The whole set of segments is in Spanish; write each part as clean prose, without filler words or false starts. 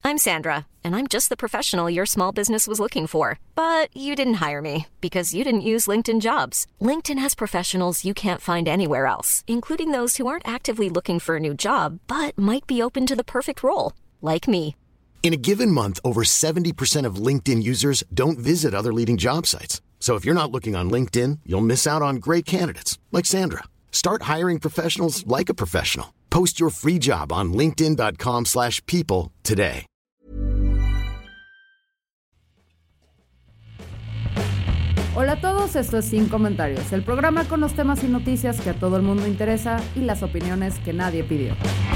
I'm Sandra, and I'm just the professional your small business was looking for. But you didn't hire me because you didn't use LinkedIn Jobs. LinkedIn has professionals you can't find anywhere else, including those who aren't actively looking for a new job, but might be open to the perfect role, like me. In a given month, over 70% of LinkedIn users don't visit other leading job sites. So if you're not looking on LinkedIn, you'll miss out on great candidates like Sandra. Start hiring professionals like a professional. Post your free job on linkedin.com/people today. Hola a todos, esto es Sin Comentarios, el programa con los temas y noticias que a todo el mundo interesa y las opiniones que nadie pidió.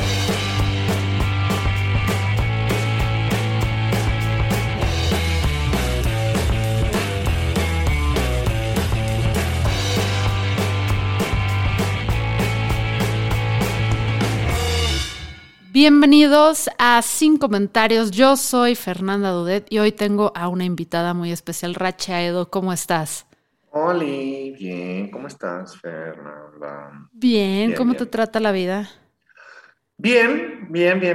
Bienvenidos a Sin Comentarios, yo soy Fernanda Dudet y hoy tengo a una invitada muy especial, Rache Aedo, ¿cómo estás? Hola, bien, ¿cómo estás, Fernanda? Bien, ¿cómo te trata la vida? Bien.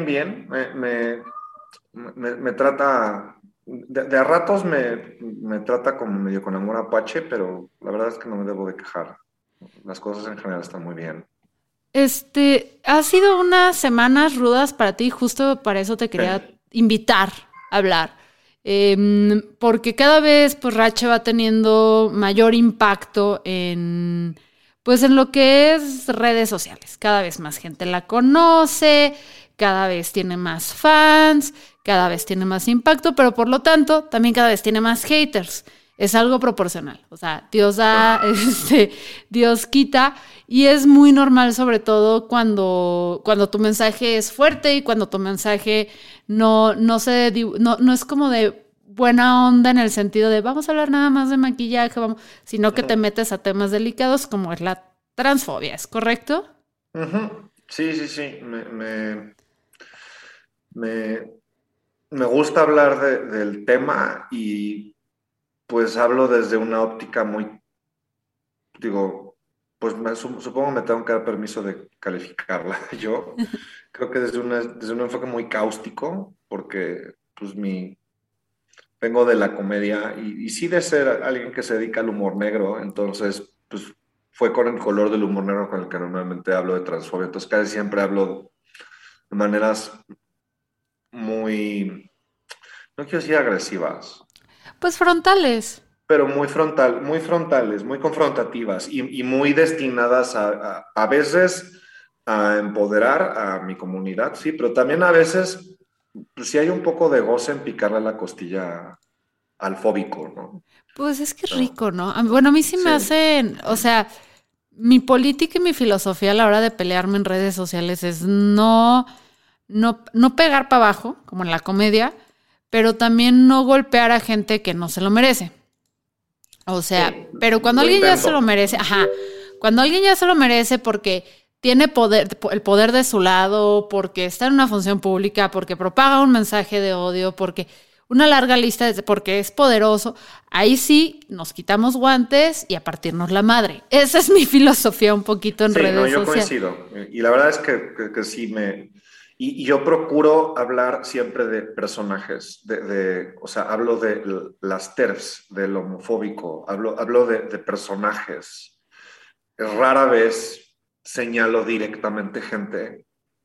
Me trata, de a ratos me trata como medio con amor apache, pero la verdad es que no me debo de quejar. Las cosas en general están muy bien. Ha sido unas semanas rudas para ti, justo para eso te quería invitar a hablar. Porque cada vez pues Rache va teniendo mayor impacto en lo que es redes sociales. Cada vez más gente la conoce, cada vez tiene más fans, cada vez tiene más impacto, pero por lo tanto también cada vez tiene más haters. Es algo proporcional. O sea, Dios da, Dios quita. Y es muy normal, sobre todo cuando tu mensaje es fuerte y cuando tu mensaje no es como de buena onda en el sentido de vamos a hablar nada más de maquillaje, sino que te metes a temas delicados como es la transfobia, ¿es correcto? Uh-huh. Sí. Me gusta hablar del tema y pues hablo desde una óptica muy, supongo me tengo que dar permiso de calificarla. Yo creo que desde un enfoque muy cáustico, porque pues vengo de la comedia y sí de ser alguien que se dedica al humor negro, entonces pues fue con el color del humor negro con el que normalmente hablo de transfobia. Entonces casi siempre hablo de maneras muy, no quiero decir agresivas. Pues frontales. Pero muy frontales, muy confrontativas y muy destinadas a veces a empoderar a mi comunidad, sí, pero también a veces pues, sí hay un poco de goce en picarle la costilla al fóbico, ¿no? Pues es que es rico, ¿no? Bueno, a mí sí me hacen, o sea, mi política y mi filosofía a la hora de pelearme en redes sociales es no pegar para abajo, como en la comedia, pero también no golpear a gente que no se lo merece. O sea, pero cuando alguien ya se lo merece, cuando alguien ya se lo merece porque tiene el poder de su lado, porque está en una función pública, porque propaga un mensaje de odio, porque una larga lista, porque es poderoso, ahí sí nos quitamos guantes y a partirnos la madre. Esa es mi filosofía un poquito en redes sociales. Coincido. Y la verdad es que sí Y yo procuro hablar siempre de personajes, o sea, hablo de las TERFs, del homofóbico, hablo de personajes. Rara vez señalo directamente gente,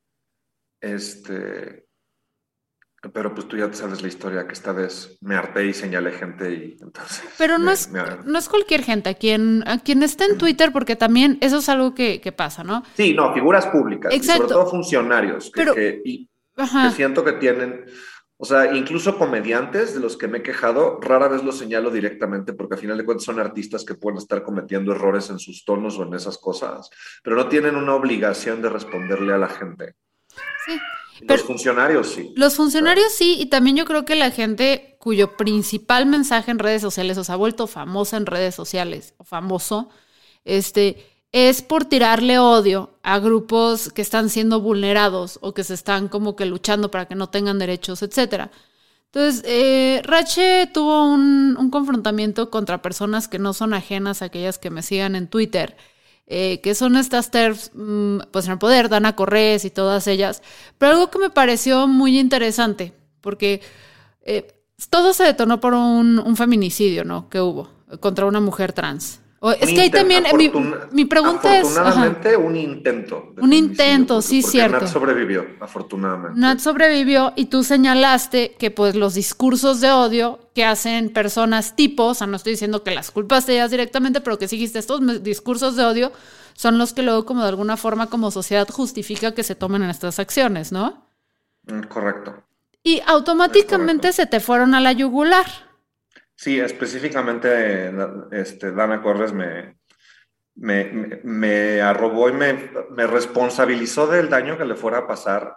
pero pues tú ya te sabes la historia, que esta vez me harté y señalé gente y entonces... Pero no es cualquier gente, a quien está en Twitter, porque también eso es algo que pasa, ¿no? Sí, no, figuras públicas. Exacto. Y sobre todo funcionarios que siento que tienen... O sea, incluso comediantes de los que me he quejado, rara vez los señalo directamente porque al final de cuentas son artistas que pueden estar cometiendo errores en sus tonos o en esas cosas, pero no tienen una obligación de responderle a la gente. Sí. Los funcionarios sí. Los funcionarios sí, y también yo creo que la gente cuyo principal mensaje en redes sociales, o sea, ha vuelto famosa en redes sociales, o famoso, es por tirarle odio a grupos que están siendo vulnerados o que se están como que luchando para que no tengan derechos, etcétera. Entonces, Rache tuvo un confrontamiento contra personas que no son ajenas a aquellas que me sigan en Twitter, que son estas TERFs, pues en el poder, Dana Corrés y todas ellas. Pero algo que me pareció muy interesante, porque todo se detonó por un feminicidio, ¿no? Que hubo contra una mujer trans. Es que ahí también mi pregunta es... Afortunadamente, un intento. Un intento, sí, porque cierto. Nat sobrevivió, afortunadamente. Nat sobrevivió y tú señalaste que pues los discursos de odio que hacen personas tipo, o sea, no estoy diciendo que las culpas de ellas directamente, pero que sí dijiste, estos discursos de odio son los que luego como de alguna forma como sociedad justifica que se tomen en estas acciones, ¿no? Correcto. Y automáticamente se te fueron a la yugular. Sí, específicamente Dana Corres me arrobó y me responsabilizó del daño que le fuera a pasar,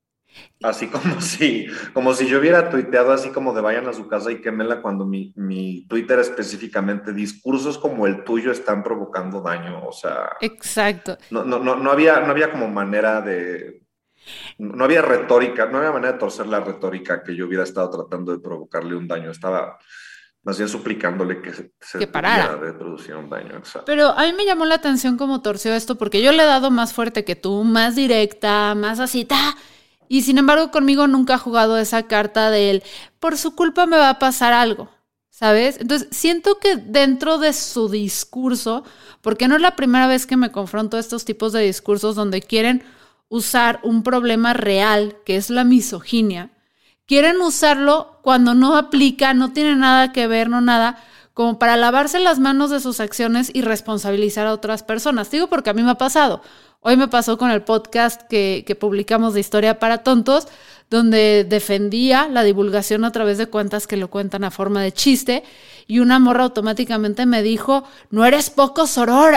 así como si yo hubiera tuiteado así como de vayan a su casa y quémela, cuando mi Twitter específicamente, discursos como el tuyo están provocando daño, o sea... Exacto. No había como manera de... No había retórica, no había manera de torcer la retórica que yo hubiera estado tratando de provocarle un daño. Estaba más bien suplicándole que parara de producir un daño. Exacto. Pero a mí me llamó la atención cómo torció esto, porque yo le he dado más fuerte que tú, más directa, más así, y sin embargo conmigo nunca ha jugado esa carta del por su culpa me va a pasar algo, ¿sabes? Entonces siento que dentro de su discurso, porque no es la primera vez que me confronto a estos tipos de discursos donde quieren usar un problema real, que es la misoginia, quieren usarlo cuando no aplica, no tiene nada que ver, no nada, como para lavarse las manos de sus acciones y responsabilizar a otras personas. Digo porque a mí me ha pasado. Hoy me pasó con el podcast que publicamos de Historia para Tontos, donde defendía la divulgación a través de cuentas que lo cuentan a forma de chiste, y una morra automáticamente me dijo, no eres poco sorora,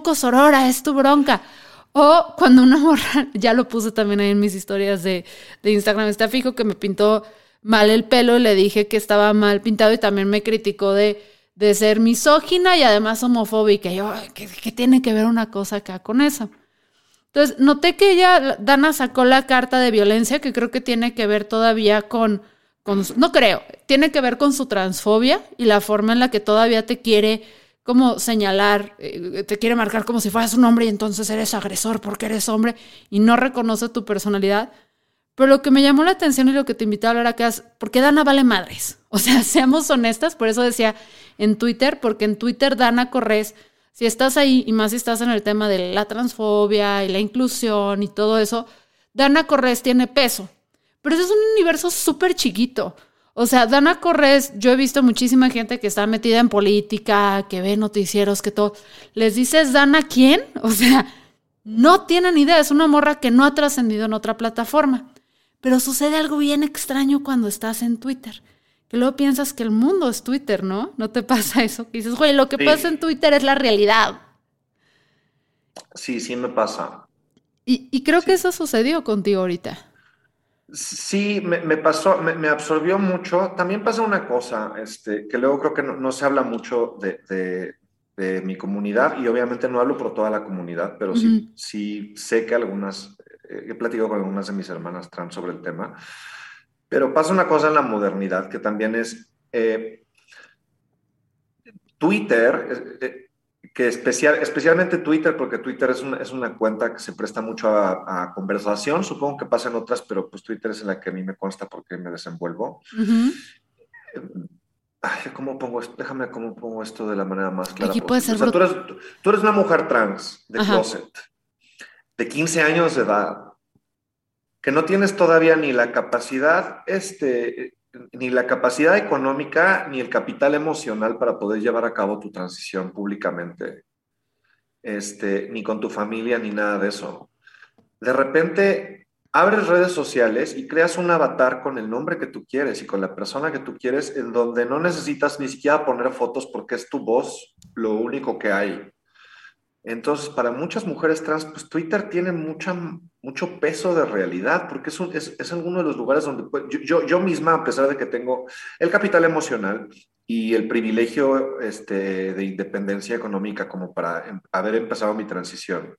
es tu bronca. O cuando una morra, ya lo puse también ahí en mis historias de Instagram, está fijo que me pintó mal el pelo y le dije que estaba mal pintado y también me criticó de ser misógina y además homofóbica. Y yo, ¿qué tiene que ver una cosa acá con eso? Entonces, noté que Dana sacó la carta de violencia, que creo que tiene que ver todavía tiene que ver con su transfobia y la forma en la que todavía te quiere como señalar, te quiere marcar como si fueras un hombre y entonces eres agresor porque eres hombre y no reconoce tu personalidad. Pero lo que me llamó la atención y lo que te invité a hablar acá es ¿por qué Dana vale madres? O sea, seamos honestas, por eso decía en Twitter, porque en Twitter Dana Corrés, si estás ahí y más si estás en el tema de la transfobia y la inclusión y todo eso, Dana Corrés tiene peso. Pero ese es un universo súper chiquito. O sea, Dana Corrés, yo he visto muchísima gente que está metida en política, que ve noticieros, que todo. Les dices, ¿Dana quién? O sea, no tienen idea. Es una morra que no ha trascendido en otra plataforma. Pero sucede algo bien extraño cuando estás en Twitter. Que luego piensas que el mundo es Twitter, ¿no? ¿No te pasa eso? Que dices, güey, lo que pasa en Twitter es la realidad. Sí me pasa. Y creo que eso sucedió contigo ahorita. Sí, me pasó, me absorbió mucho. También pasa una cosa, que luego creo que no se habla mucho de mi comunidad, y obviamente no hablo por toda la comunidad, pero sí sé que he platicado con algunas de mis hermanas trans sobre el tema, pero pasa una cosa en la modernidad que también es Twitter, que especialmente Twitter, porque Twitter es una cuenta que se presta mucho a conversación. Supongo que pasa en otras, pero pues Twitter es en la que a mí me consta porque me desenvuelvo. Ay, ¿cómo pongo esto? Déjame cómo pongo esto de la manera más clara Aquí puede ser posible. O sea, tú eres una mujer trans de closet, de 15 años de edad, que no tienes todavía ni la capacidad económica, ni el capital emocional para poder llevar a cabo tu transición públicamente, ni con tu familia, ni nada de eso. De repente, abres redes sociales y creas un avatar con el nombre que tú quieres y con la persona que tú quieres, en donde no necesitas ni siquiera poner fotos porque es tu voz lo único que hay. Entonces, para muchas mujeres trans, pues Twitter tiene mucho peso de realidad, porque es alguno de los lugares donde yo misma, a pesar de que tengo el capital emocional y el privilegio de independencia económica como para haber empezado mi transición,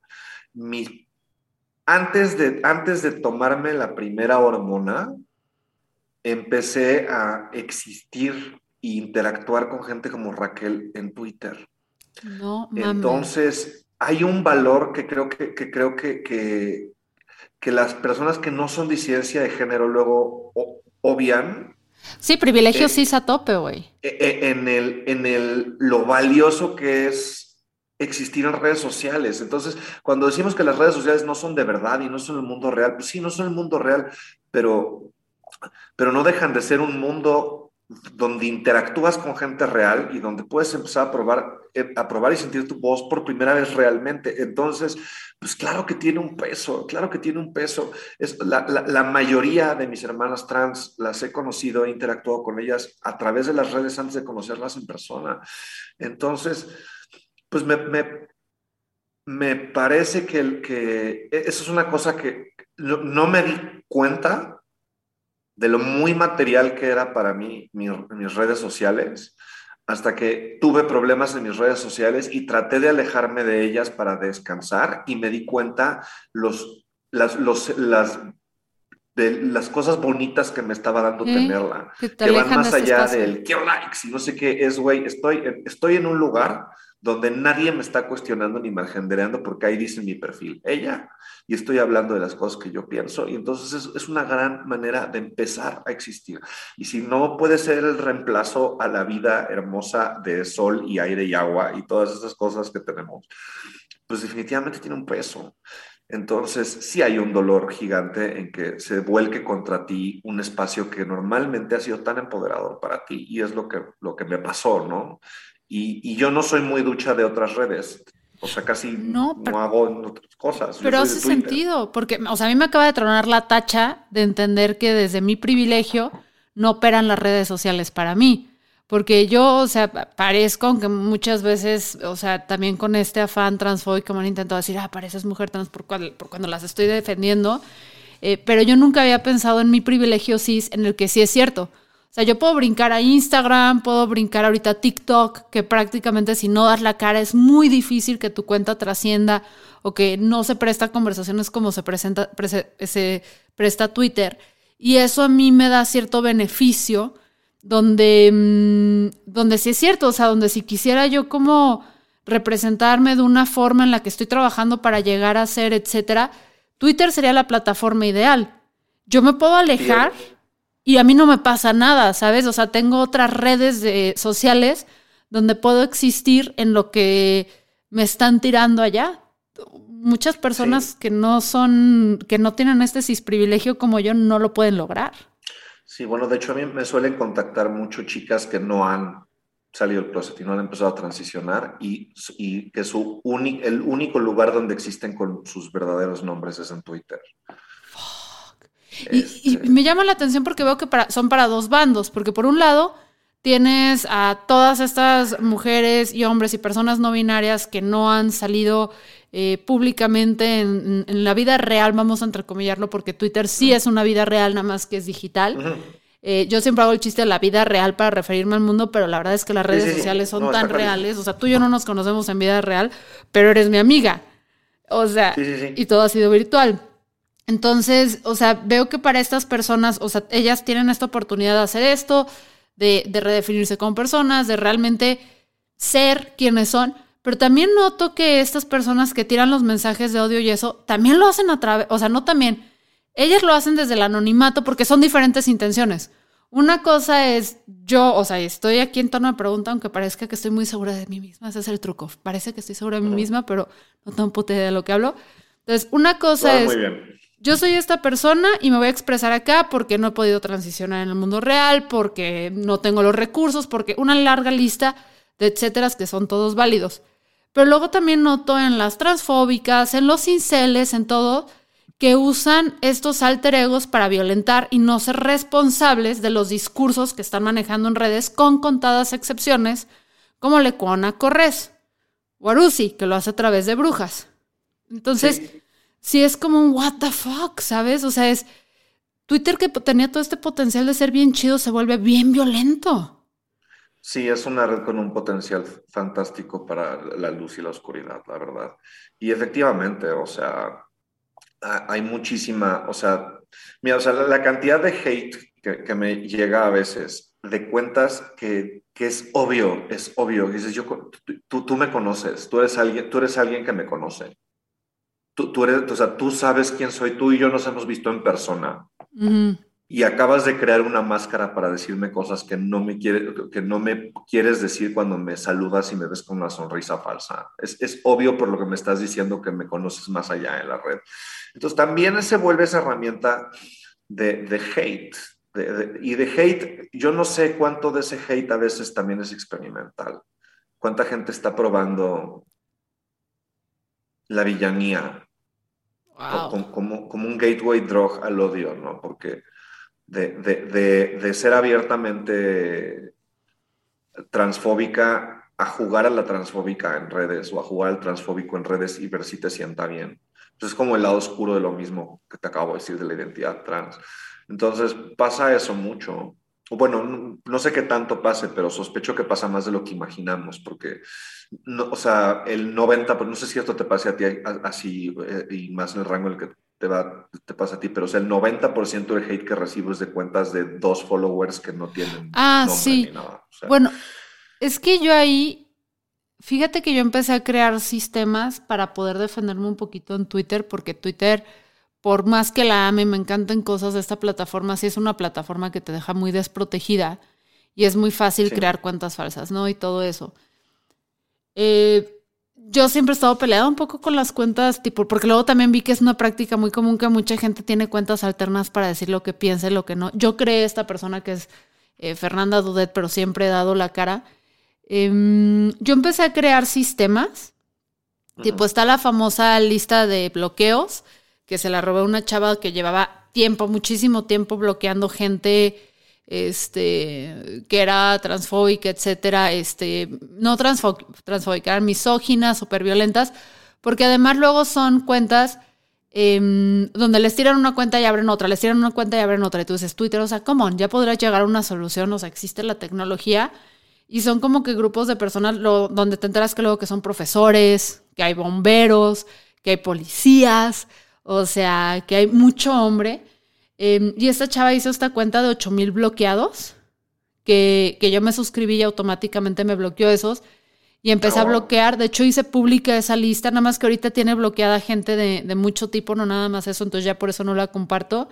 antes de tomarme la primera hormona, empecé a existir e interactuar con gente como Raquel en Twitter. No mames. Entonces, hay un valor que creo que las personas que no son disidencia de género luego obvian Sí, privilegio cis a tope, güey. lo valioso que es existir en redes sociales. Entonces, cuando decimos que las redes sociales no son de verdad y no son el mundo real, pues sí, no son el mundo real, pero, pero no dejan de ser un mundo donde interactúas con gente real y donde puedes empezar a probar y sentir tu voz por primera vez realmente. Entonces, pues claro que tiene un peso, claro que tiene un peso. La mayoría de mis hermanas trans las he conocido, he interactuado con ellas a través de las redes antes de conocerlas en persona. Entonces, pues me parece que eso es una cosa que no me di cuenta de lo muy material que era para mí mis redes sociales, hasta que tuve problemas en mis redes sociales y traté de alejarme de ellas para descansar y me di cuenta de las cosas bonitas que me estaba dando tenerla, Que te que van alejan de más este allá espacio. del quiero likes y no sé qué es, güey, estoy en un lugar donde nadie me está cuestionando ni margendereando porque ahí dice mi perfil, ella, y estoy hablando de las cosas que yo pienso, y entonces es una gran manera de empezar a existir. Y si no puede ser el reemplazo a la vida hermosa de sol y aire y agua y todas esas cosas que tenemos, pues definitivamente tiene un peso. Entonces, sí hay un dolor gigante en que se vuelque contra ti un espacio que normalmente ha sido tan empoderador para ti, y es lo que me pasó, ¿no? Y yo no soy muy ducha de otras redes, o sea, casi No, no hago otras cosas, yo pero soy de hace Twitter. sentido, porque, o sea, a mí me acaba de tronar la tacha de entender que desde mi privilegio no operan las redes sociales para mí. Porque yo, o sea, parezco, aunque muchas veces, o sea, también con este afán transfóbico me han intentado decir, pareces mujer trans por cuando las estoy defendiendo, pero yo nunca había pensado en mi privilegio cis, en el que sí es cierto. O sea, yo puedo brincar a Instagram, puedo brincar ahorita a TikTok, que prácticamente si no das la cara es muy difícil que tu cuenta trascienda o que no se presta a conversaciones como se presta Twitter. Y eso a mí me da cierto beneficio donde sí es cierto, o sea, donde si quisiera yo como representarme de una forma en la que estoy trabajando para llegar a ser, etcétera, Twitter sería la plataforma ideal. Yo me puedo alejar y a mí no me pasa nada, ¿sabes? O sea, tengo otras redes sociales donde puedo existir en lo que me están tirando allá. Muchas personas Sí, que no tienen este cisprivilegio como yo, no lo pueden lograr. sí, bueno, de hecho a mí me suelen contactar mucho chicas que no han salido del closet y no han empezado a transicionar y que el único lugar donde existen con sus verdaderos nombres es en Twitter. Y me llama la atención porque veo que son para dos bandos, porque por un lado tienes a todas estas mujeres y hombres y personas no binarias que no han salido públicamente en la vida real, vamos a entrecomillarlo, porque Twitter sí es una vida real, nada más que es digital. Ujú. Yo siempre hago el chiste de la vida real para referirme al mundo, pero la verdad es que las Sí, redes sí, sociales sí. son No, está tan clarísimo. reales. O sea, tú y yo no nos conocemos en vida real, pero eres mi amiga. O sea, Sí, sí, y sí. todo ha sido virtual. Entonces, o sea, veo que para estas personas, o sea, ellas tienen esta oportunidad de hacer esto, de redefinirse como personas, de realmente ser quienes son, pero también noto que estas personas que tiran los mensajes de odio y eso, también lo hacen a través, o sea, no también, ellas lo hacen desde el anonimato porque son diferentes intenciones. Una cosa es yo, o sea, estoy aquí en tono de pregunta, aunque parezca que estoy muy segura de mí misma, ese es el truco, parece que estoy segura de mí Ujú. misma, pero no tengo puta idea de lo que hablo. Entonces, una Lo cosa haces muy es bien. yo soy esta persona y me voy a expresar acá porque no he podido transicionar en el mundo real, porque no tengo los recursos, porque una larga lista de etcéteras que son todos válidos. Pero luego también noto en las transfóbicas, en los inceles, en todo, que usan estos alter egos para violentar y no ser responsables de los discursos que están manejando en redes, con contadas excepciones, como Lecuona Corrés, o Arusi, que lo hace a través de brujas. Entonces, Sí, sí es como un what the fuck, ¿sabes? O sea, es Twitter que tenía todo este potencial de ser bien chido se vuelve bien violento. sí, es una red con un potencial fantástico para la luz y la oscuridad, la verdad. Y efectivamente, o sea, hay muchísima, o sea, mira, o sea, la cantidad de hate que me llega a veces de cuentas que es obvio, dices, tú me conoces, tú eres alguien que me conoce. Tú eres, o sea, tú sabes quién soy, tú y yo nos hemos visto en persona. Ujú. y acabas de crear una máscara para decirme cosas que no me quieres decir cuando me saludas y me ves con una sonrisa falsa. Es obvio por lo que me estás diciendo que me conoces más allá en la red. Entonces también se vuelve esa herramienta de hate. Y de hate, yo no sé cuánto de ese hate a veces también es experimental. ¿Cuánta gente está probando la villanía Wow. como un gateway drug al odio, ¿no? Porque de ser abiertamente transfóbica a jugar a la transfóbica en redes o a jugar al transfóbico en redes y ver si te sienta bien. Entonces es como el lado oscuro de lo mismo que te acabo de decir de la identidad trans. Entonces pasa eso mucho. O bueno, no sé qué tanto pase, pero sospecho que pasa más de lo que imaginamos, porque, no, o sea, el 90, pues no sé si esto te pase a ti así y más en el rango en el que te pasa a ti, pero o sea, el 90% del hate que recibo es de cuentas de 2 followers que no tienen Ah, nombre ni sí. nada. O sea, Bueno, es que yo ahí, fíjate que yo empecé a crear sistemas para poder defenderme un poquito en Twitter, porque Twitter, por más que la ame, me encantan cosas de esta plataforma, sí es una plataforma que te deja muy desprotegida y es muy fácil sí. crear cuentas falsas, ¿no? Y todo eso. Yo siempre he estado peleada un poco con las cuentas, tipo, porque luego también vi que es una práctica muy común que mucha gente tiene cuentas alternas para decir lo que piensa y lo que no. Yo creé esta persona que es Fernanda Dudet, pero siempre he dado la cara. Yo empecé a crear sistemas. Tipo, está la famosa lista de bloqueos, que se la robé a una chava que llevaba tiempo, muchísimo tiempo bloqueando gente que era transfóbica, etcétera, no transfóbica, eran misóginas, súper violentas, porque además luego son cuentas donde les tiran una cuenta y abren otra, les tiran una cuenta y abren otra, y tú dices, Twitter, o sea, come on, ya podrás llegar a una solución, o sea, existe la tecnología, y son como que grupos de personas donde te enteras que luego que son profesores, que hay bomberos, que hay policías, o sea, que hay mucho hombre. Y esta chava hizo esta cuenta de 8,000 bloqueados, que yo me suscribí y automáticamente me bloqueó esos. Y empecé a Oh, bloquear. De hecho, hice pública esa lista, nada más que ahorita tiene bloqueada gente de mucho tipo, no nada más eso, entonces ya por eso no la comparto.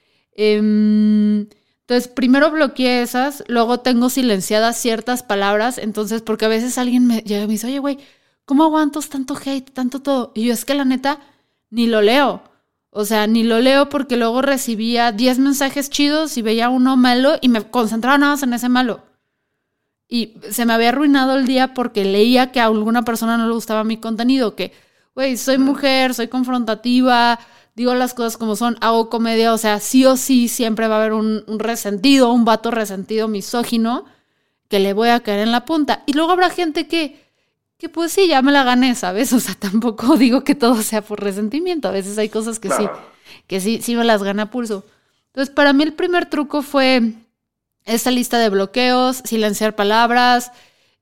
Entonces, primero bloqueé esas, luego tengo silenciadas ciertas palabras, entonces, porque a veces alguien me llega y me dice, oye, güey, ¿cómo aguantas tanto hate, tanto todo? Y yo, es que la neta, ni lo leo. O sea, ni lo leo porque luego recibía 10 mensajes chidos y veía uno malo y me concentraba nada más en ese malo. Y se me había arruinado el día porque leía que a alguna persona no le gustaba mi contenido, que, güey, soy mujer, soy confrontativa, digo las cosas como son, hago comedia, o sea, sí o sí siempre va a haber un resentido, un vato resentido, misógino, que le voy a caer en la punta. Y luego habrá gente que pues sí, ya me la gané, ¿sabes? O sea, tampoco digo que todo sea por resentimiento, a veces hay cosas claro. que sí me las gana a pulso. Entonces, para mí el primer truco fue esta lista de bloqueos, silenciar palabras,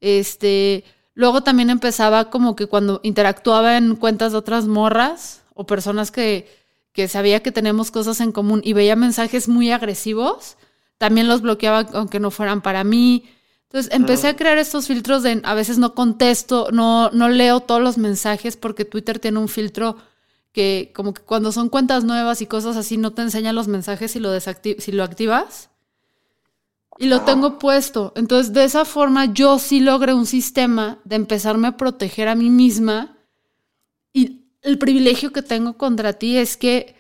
luego también empezaba como que cuando interactuaba en cuentas de otras morras o personas que sabía que tenemos cosas en común y veía mensajes muy agresivos, también los bloqueaba aunque no fueran para mí. Entonces empecé a crear estos filtros de a veces no contesto, no leo todos los mensajes porque Twitter tiene un filtro que como que cuando son cuentas nuevas y cosas así no te enseñan los mensajes si lo activas. Y lo tengo Ah, puesto. Entonces, de esa forma, yo sí logré un sistema de empezarme a proteger a mí misma. Y el privilegio que tengo contra ti es que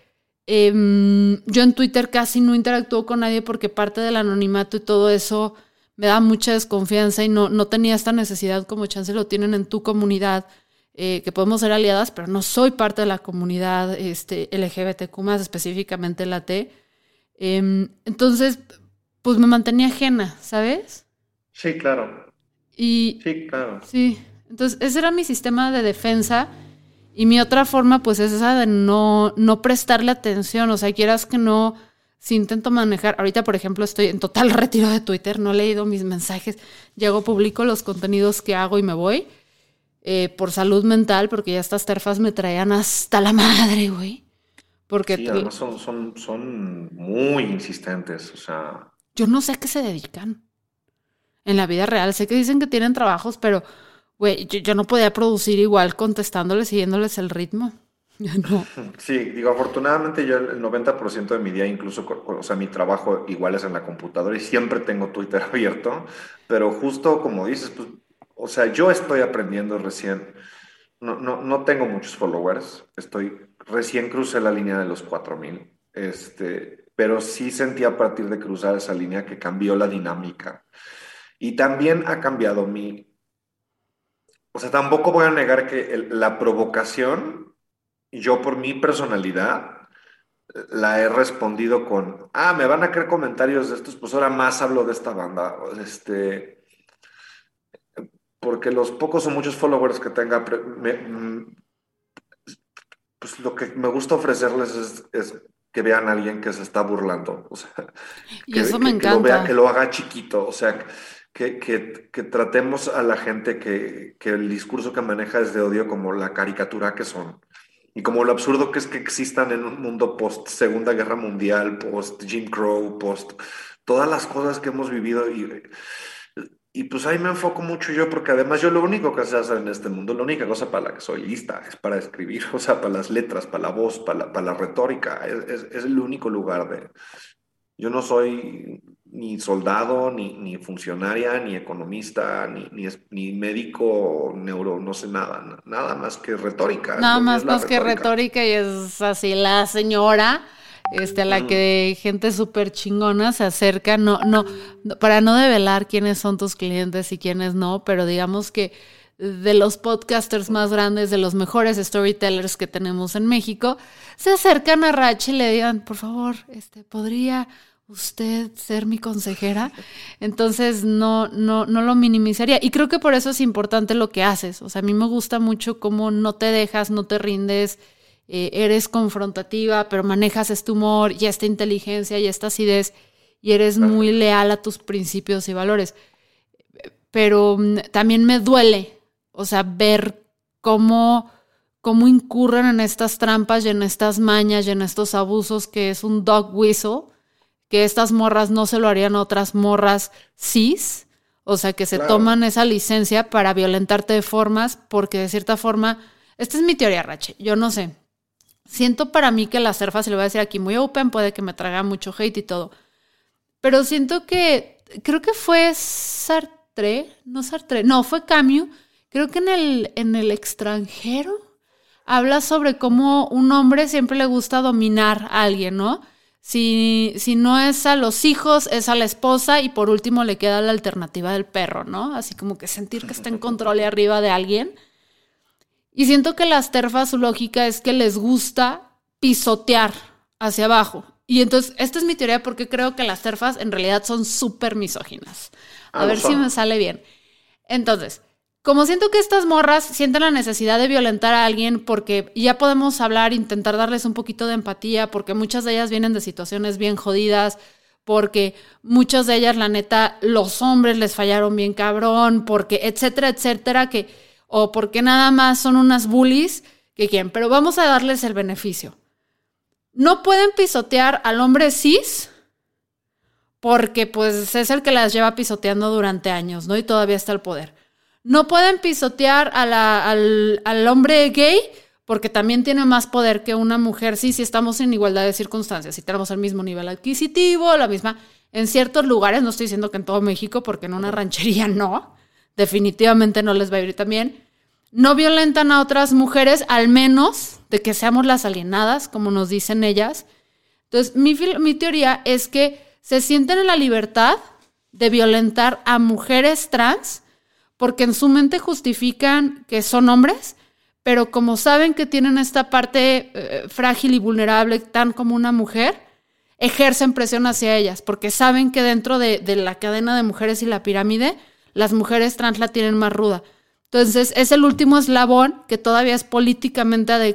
yo en Twitter casi no interactúo con nadie porque parte del anonimato y todo eso me da mucha desconfianza y no tenía esta necesidad como chance lo tienen en tu comunidad, que podemos ser aliadas, pero no soy parte de la comunidad LGBTQ+, específicamente la T. Entonces, pues me mantenía ajena, ¿sabes? sí, claro. Y Sí, claro. sí, entonces ese era mi sistema de defensa y mi otra forma pues es esa de no prestarle atención, o sea, quieras que no, si intento manejar, ahorita por ejemplo estoy en total retiro de Twitter, no he leído mis mensajes, llego, publico los contenidos que hago y me voy, por salud mental, porque ya estas terfas me traían hasta la madre, güey, porque Sí, además son muy insistentes, o sea, yo no sé a qué se dedican. En la vida real. Sé que dicen que tienen trabajos, pero, güey, yo no podía producir igual contestándoles, siguiéndoles el ritmo. No. Sí, digo, afortunadamente yo el 90% de mi día, incluso, o sea, mi trabajo igual es en la computadora y siempre tengo Twitter abierto, pero justo como dices, pues, o sea, yo estoy aprendiendo recién, no tengo muchos followers, recién crucé la línea de los 4,000, pero sí sentí a partir de cruzar esa línea que cambió la dinámica y también ha cambiado o sea, tampoco voy a negar que la provocación, yo por mi personalidad, la he respondido con, me van a creer comentarios de estos, pues ahora más hablo de esta banda, porque los pocos o muchos followers que tenga, pues lo que me gusta ofrecerles es que vean a alguien que se está burlando, o sea, Y eso me que lo vea, que encanta. lo haga chiquito, o sea, que tratemos a la gente que el discurso que maneja es de odio como la caricatura que son. Y como lo absurdo que es que existan en un mundo post Segunda Guerra Mundial, post Jim Crow, post todas las cosas que hemos vivido y pues ahí me enfoco mucho yo porque además yo lo único que sé hacer en este mundo, la única cosa para la que soy lista es para escribir, o sea, para las letras, para la voz, para la retórica, es el único lugar de... Yo no soy ni soldado, ni funcionaria, ni economista, ni médico, neuro, no sé nada, nada más que retórica, Nada lo mío es más la más que retórica. retórica y es así la señora a la Mm, que gente súper chingona se acerca, para no develar quiénes son tus clientes y quiénes no, pero digamos que de los podcasters más grandes, de los mejores storytellers que tenemos en México, se acercan a Rach y le digan, por favor, ¿podría usted ser mi consejera? Entonces no lo minimizaría. Y creo que por eso es importante lo que haces. O sea, a mí me gusta mucho cómo no te dejas, no te rindes, eres confrontativa, pero manejas este humor y esta inteligencia y esta acidez y eres muy gracias. leal a tus principios y valores. Pero también me duele, o sea, ver cómo incurren en estas trampas y en estas mañas y en estos abusos que es un dog whistle, que estas morras no se lo harían a otras morras cis, o sea, que se Claro. toman esa licencia para violentarte de formas, porque de cierta forma, esta es mi teoría, Rache, yo no sé. Siento para mí que la serfa, se lo voy a decir aquí muy open, puede que me traiga mucho hate y todo, pero siento que, creo que fue no, fue Camus, creo que en el extranjero habla sobre cómo un hombre siempre le gusta dominar a alguien, ¿no? Si no es a los hijos, es a la esposa y por último le queda la alternativa del perro, ¿no? Así como que sentir que está en control y arriba de alguien. Y siento que las terfas, su lógica es que les gusta pisotear hacia abajo. Y entonces, esta es mi teoría porque creo que las terfas en realidad son súper misóginas. A Lo ver si me son. sale bien. Entonces, como siento que estas morras sienten la necesidad de violentar a alguien porque ya podemos hablar, intentar darles un poquito de empatía, porque muchas de ellas vienen de situaciones bien jodidas, porque muchas de ellas, la neta, los hombres les fallaron bien cabrón, porque etcétera, etcétera, o porque nada más son unas bullies que quieren. Pero vamos a darles el beneficio. No pueden pisotear al hombre cis porque pues es el que las lleva pisoteando durante años, ¿no? Y todavía está el poder. No pueden pisotear al hombre gay porque también tiene más poder que una mujer cis si estamos en igualdad de circunstancias, si tenemos el mismo nivel adquisitivo, la misma... En ciertos lugares, no estoy diciendo que en todo México, porque en una ranchería no, definitivamente no les va a ir tan bien. No violentan a otras mujeres, al menos de que seamos las alienadas, como nos dicen ellas. Entonces, mi teoría es que se sienten en la libertad de violentar a mujeres trans porque en su mente justifican que son hombres, pero como saben que tienen esta parte frágil y vulnerable tan como una mujer, ejercen presión hacia ellas, porque saben que dentro de la cadena de mujeres y la pirámide, las mujeres trans la tienen más ruda. Entonces, es el último eslabón que todavía es políticamente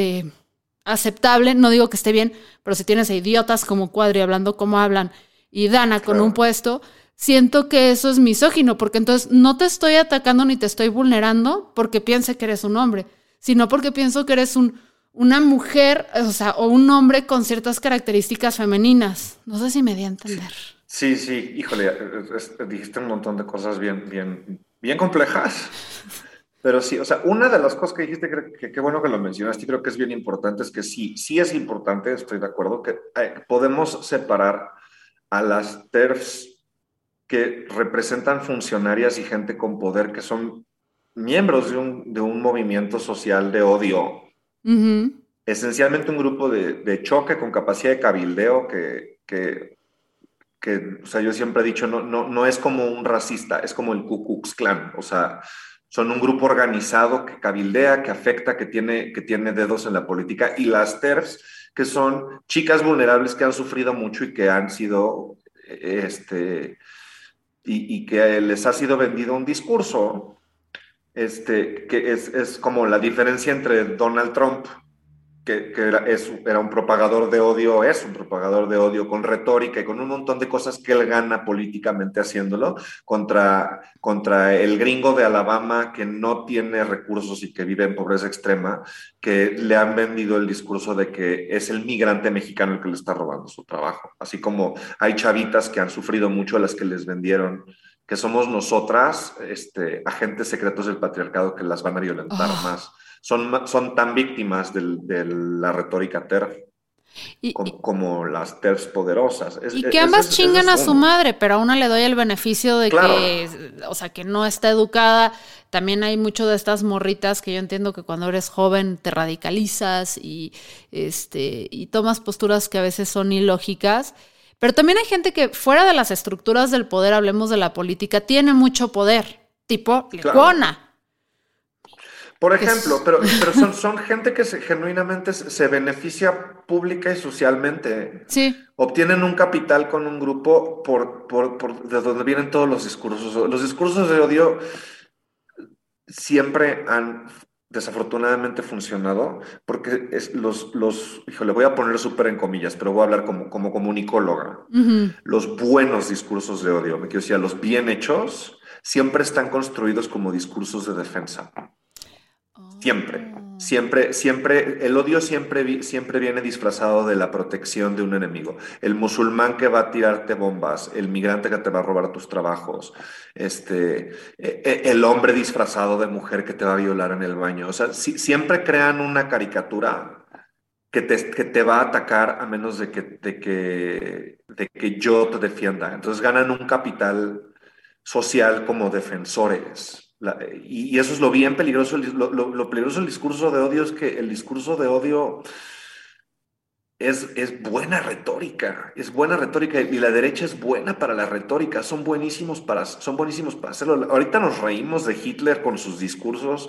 aceptable. No digo que esté bien, pero si tienes a idiotas como Cuadri hablando como hablan y Dana con un Claro. puesto, siento que eso es misógino, porque entonces no te estoy atacando ni te estoy vulnerando porque piense que eres un hombre, sino porque pienso que eres una mujer, o sea, o un hombre con ciertas características femeninas. No sé si me di a entender. Sí, sí, híjole, dijiste un montón de cosas bien complejas. Pero sí, o sea, una de las cosas que dijiste, que qué bueno que lo mencionaste y creo que es bien importante, es que sí, sí es importante, estoy de acuerdo, que podemos separar a las TERFs que representan funcionarias y gente con poder que son miembros de un movimiento social de odio, Ujú. esencialmente un grupo de choque con capacidad de cabildeo o sea, yo siempre he dicho, no es como un racista, es como el Ku Klux Klan, o sea, son un grupo organizado que cabildea, que afecta, que tiene dedos en la política, y las TERFs, que son chicas vulnerables que han sufrido mucho y que han sido, y que les ha sido vendido un discurso, que es como la diferencia entre Donald Trump que era un propagador de odio, es un propagador de odio con retórica y con un montón de cosas que él gana políticamente haciéndolo contra el gringo de Alabama que no tiene recursos y que vive en pobreza extrema, que le han vendido el discurso de que es el migrante mexicano el que le está robando su trabajo. Así como hay chavitas que han sufrido mucho a las que les vendieron que somos nosotras, agentes secretos del patriarcado que las van a violentar Oh, más. Son tan víctimas de la retórica TERF y, y, como las TERFs poderosas. y que ambas Ese chingan es a su uno. madre, pero a una le doy el beneficio de Claro, que, o sea, que no está educada. También hay mucho de estas morritas que yo entiendo que cuando eres joven te radicalizas y tomas posturas que a veces son ilógicas. Pero también hay gente que fuera de las estructuras del poder, hablemos de la política, tiene mucho poder, tipo claro. Lecuona, Por que ejemplo, es... pero son gente que genuinamente se beneficia pública y socialmente. Sí, Obtienen un capital con un grupo de donde vienen todos los discursos. Los discursos de odio siempre han desafortunadamente funcionado porque híjole, voy a poner súper en comillas, pero voy a hablar como comunicóloga. ujú. Los buenos discursos de odio, me quiero decir, los bien hechos, siempre están construidos como discursos de defensa. Siempre, Oh. siempre, el odio siempre viene disfrazado de la protección de un enemigo. El musulmán que va a tirarte bombas, el migrante que te va a robar tus trabajos, el hombre disfrazado de mujer que te va a violar en el baño. O sea, siempre crean una caricatura que te va a atacar a menos de que yo te defienda. Entonces ganan un capital social como defensores. Y eso es lo bien peligroso. Lo peligroso del discurso de odio es que el discurso de odio es buena retórica y la derecha es buena para la retórica, son buenísimos para hacerlo. Ahorita nos reímos de Hitler con sus discursos,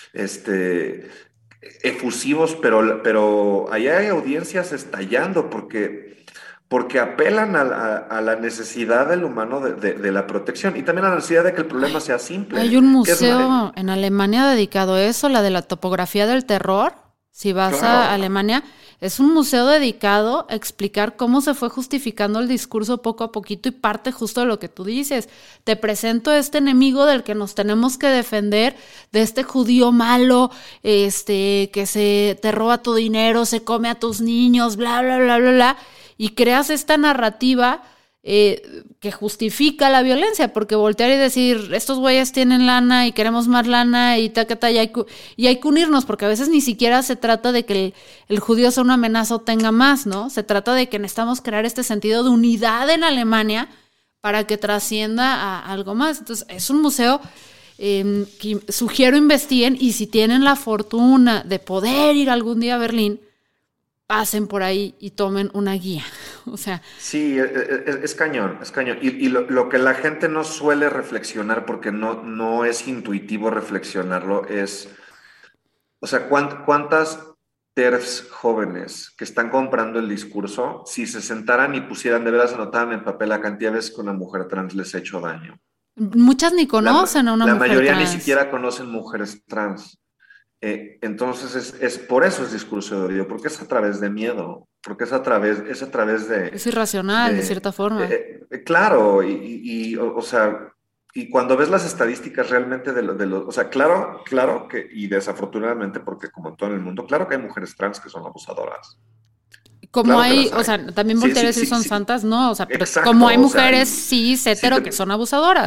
efusivos, pero allá hay audiencias estallando porque apelan a la necesidad del humano de la protección y también a la necesidad de que el problema sea Hay simple, un que es, museo en Alemania dedicado a eso, la de la topografía del terror. Si vas a claro, Alemania, es un museo dedicado a explicar cómo se fue justificando el discurso poco a poquito y parte justo de lo que tú dices. Te presento a este enemigo del que nos tenemos que defender, de este judío malo, que te roba tu dinero, se come a tus niños, bla, bla, bla, bla, bla, y creas esta narrativa que justifica la violencia, porque voltear y decir, estos güeyes tienen lana y queremos más lana y ta, y hay que unirnos, porque a veces ni siquiera se trata de que el judío sea una amenaza o tenga más, ¿no? Se trata de que necesitamos crear este sentido de unidad en Alemania para que trascienda a algo más. Entonces, es un museo que sugiero investiguen y si tienen la fortuna de poder ir algún día a Berlín, pasen por ahí y tomen una guía. O sea, sí, es cañón, es cañón. Y lo que la gente no suele reflexionar, porque no es intuitivo reflexionarlo, o sea, ¿cuántas TERFs jóvenes que están comprando el discurso, si se sentaran y pusieran, de veras anotaran en papel la cantidad de veces que una mujer trans les ha hecho daño? muchas ni conocen a una La mujer mayoría ni trans. siquiera conocen mujeres trans. Entonces, por eso es discurso de odio, porque es a través de miedo, porque es a través Es irracional, de cierta forma. claro, o sea, y cuando ves las estadísticas realmente o sea, claro que, y desafortunadamente, porque como en todo el mundo, claro que hay mujeres trans que son abusadoras, Como claro que hay, las o hay. sea, también Sí, voltear a sí, decir sí, son sí, santas, no, o sea, pero como hay exacto, o sea, mujeres cis sí hetero que son abusadoras.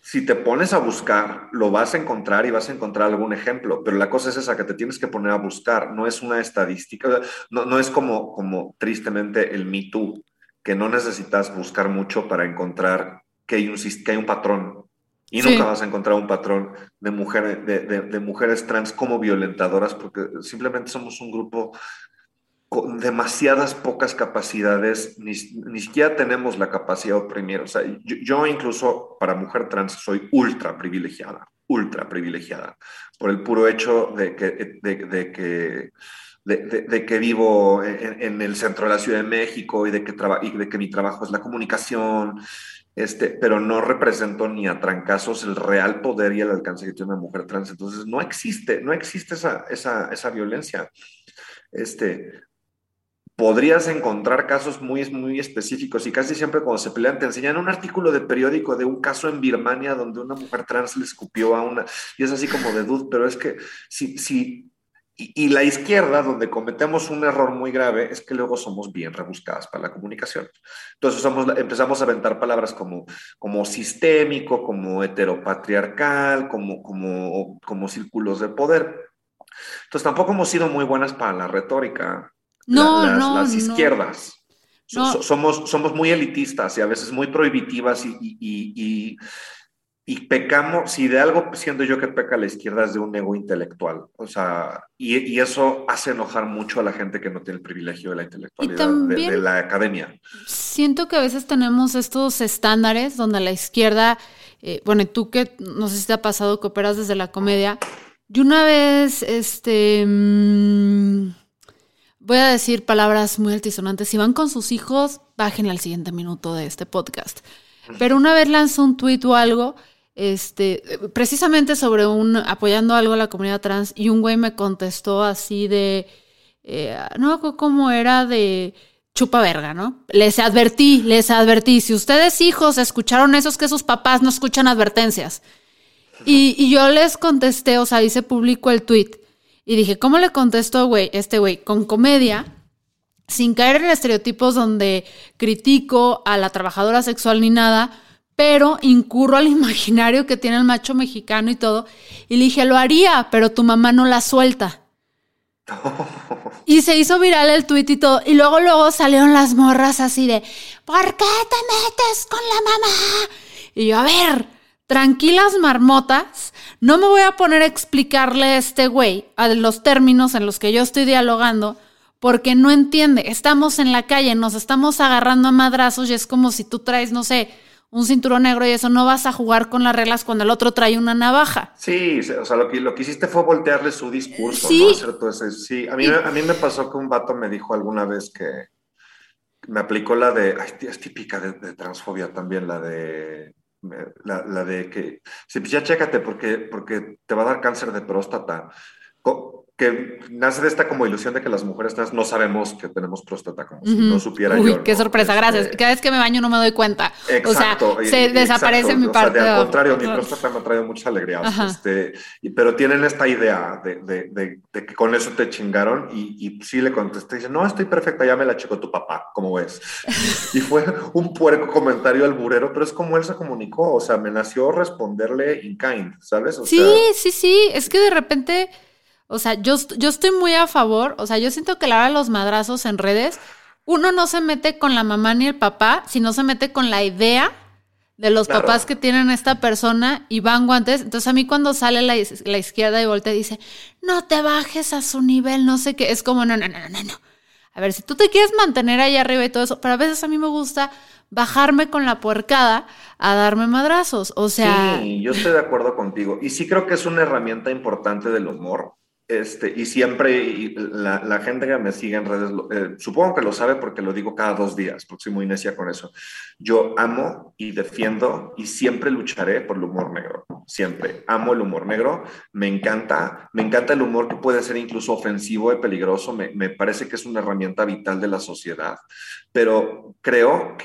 si te pones a buscar, lo vas a encontrar y vas a encontrar algún ejemplo, pero la cosa es esa, que te tienes que poner a buscar, no es una estadística, no es como tristemente el Me Too, que no necesitas buscar mucho para encontrar que hay un patrón. Y nunca Sí. vas a encontrar un patrón de mujeres trans como violentadoras, porque simplemente somos un grupo con demasiadas pocas capacidades, ni siquiera tenemos la capacidad de oprimir. O sea, yo incluso para mujer trans soy ultra privilegiada, por el puro hecho de que vivo en el centro de la Ciudad de México y de que mi trabajo es la comunicación, pero no represento ni a trancazos el real poder y el alcance que tiene una mujer trans. Entonces no existe esa violencia. Este, Podrías encontrar casos muy específicos y casi siempre cuando se pelean te enseñan un artículo de periódico de un caso en Birmania donde una mujer trans le escupió a una, y es así como de dude, pero es que y la izquierda, donde cometemos un error muy grave, es que luego somos bien rebuscadas para la comunicación. Entonces empezamos a aventar palabras como sistémico, como heteropatriarcal, como círculos de poder. Entonces tampoco hemos sido muy buenas para la retórica, No, no, las no, izquierdas. no. Somos muy elitistas y a veces muy prohibitivas y pecamos, si de algo siento yo que peca la izquierda es de un ego intelectual. O sea, y eso hace enojar mucho a la gente que no tiene el privilegio de la Y intelectualidad, también de la academia. siento que a veces tenemos estos estándares donde la izquierda, bueno, y tú que no sé si te ha pasado que operas desde la comedia, y una vez, voy a decir palabras muy altisonantes, si van con sus hijos, bajen al siguiente minuto de este podcast. Pero una vez lanzó un tuit o algo, precisamente sobre apoyando algo a la comunidad trans, y un güey me contestó así de, no me acuerdo cómo era, de chupa verga, ¿no? Les advertí, si ustedes hijos escucharon eso es que sus papás no escuchan advertencias. Y yo les contesté, o sea, hice público el tweet y dije, ¿cómo le contesto, güey, este güey? Con comedia, sin caer en estereotipos donde critico a la trabajadora sexual ni nada, pero incurro al imaginario que tiene el macho mexicano y todo. Y le dije, lo haría, pero tu mamá no la suelta. Y se hizo viral el tuit y todo. Y luego salieron las morras así de, ¿por qué te metes con la mamá? Y yo, a ver, tranquilas marmotas, no me voy a poner a explicarle a este güey a los términos en los que yo estoy dialogando, porque no entiende. Estamos en la calle, nos estamos agarrando a madrazos y es como si tú traes, no sé, un cinturón negro y eso, no vas a jugar con las reglas cuando el otro trae una navaja. Sí, o sea, lo que hiciste fue voltearle su discurso, ¿no? Sí, Hacer todo eso. Sí, a mí me pasó que un vato me dijo alguna vez que me aplicó la de, ay, es típica de transfobia también, la de que, sí, pues ya chécate porque te va a dar cáncer de próstata. Que nace de esta como ilusión de que las mujeres trans no sabemos que tenemos próstata, como si no supiera uy, yo, qué ¿no? sorpresa, gracias. Cada vez que me baño no me doy cuenta. O sea, Exacto, se desaparece mi exacto. O sea, parte de de al abajo. contrario, mi próstata me ha traído muchas alegrías, Ajá. pero tienen esta idea de que con eso te chingaron y sí le contesté, dice, no, estoy perfecta, ya me la checó tu papá, ¿cómo ves? Y fue un puerco comentario alburero, pero es como él se comunicó, o sea, me nació responderle in kind, ¿sabes? O Sí, sea, sí, sí. Es que de repente, o sea, yo estoy muy a favor. O sea, yo siento que la hora de los madrazos en redes, uno no se mete con la mamá ni el papá, sino se mete con la idea de los papás claro. que tienen a esta persona y van guantes. Entonces a mí cuando sale la izquierda y voltea y dice, no te bajes a su nivel, no sé qué, es como, no. A ver, si tú te quieres mantener ahí arriba y todo eso, pero a veces a mí me gusta bajarme con la puercada a darme madrazos. O sea, Sí, yo estoy de acuerdo contigo. Y sí creo que es una herramienta importante del humor. Y siempre la gente que me sigue en redes, supongo que lo sabe porque lo digo cada 2 días, porque soy muy necia con eso. Yo amo y defiendo y siempre lucharé por el humor negro. Siempre. Amo el humor negro. Me encanta el humor que puede ser incluso ofensivo y peligroso. Me parece que es una herramienta vital de la sociedad. Pero creo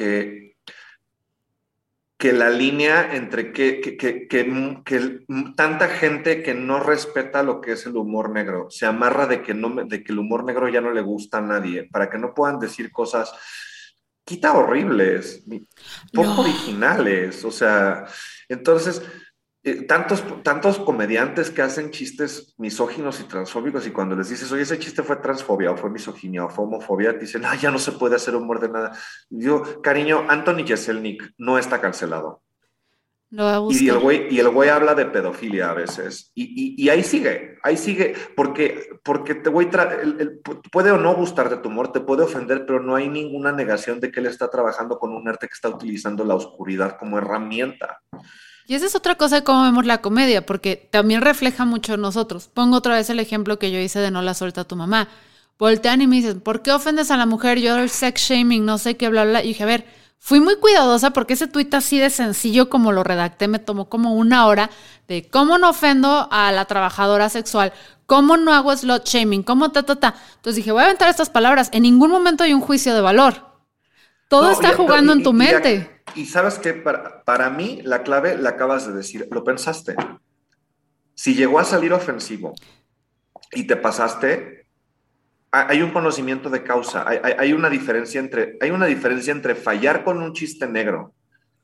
que la línea entre que tanta gente que no respeta lo que es el humor negro se amarra de que el humor negro ya no le gusta a nadie, para que no puedan decir cosas quita horribles, poco No. originales, o sea, entonces, tantos comediantes que hacen chistes misóginos y transfóbicos y cuando les dices, oye, ese chiste fue transfobia o fue misoginia o fue homofobia, te dicen, ya no se puede hacer humor de nada. Yo, cariño, Anthony Jeselnik no está cancelado. Lo voy a Y el buscar. güey habla de pedofilia a veces. Y ahí sigue, porque puede o no gustarte tu humor, te puede ofender, pero no hay ninguna negación de que él está trabajando con un arte que está utilizando la oscuridad como herramienta. Y esa es otra cosa de cómo vemos la comedia, porque también refleja mucho en nosotros. Pongo otra vez el ejemplo que yo hice de no la suelta a tu mamá. Voltean y me dicen, ¿por qué ofendes a la mujer? Yo el sex shaming, no sé qué, bla, bla. Y dije, a ver, fui muy cuidadosa porque ese tuit así de sencillo como lo redacté me tomó como 1 hora de cómo no ofendo a la trabajadora sexual, cómo no hago slut shaming, cómo ta. Entonces dije, voy a aventar estas palabras. En ningún momento hay un juicio de valor. Todo No, está jugando en tu mente. y sabes que para mí la clave la acabas de decir, lo pensaste. Si llegó a salir ofensivo y te pasaste, hay un conocimiento de causa, hay una diferencia entre fallar con un chiste negro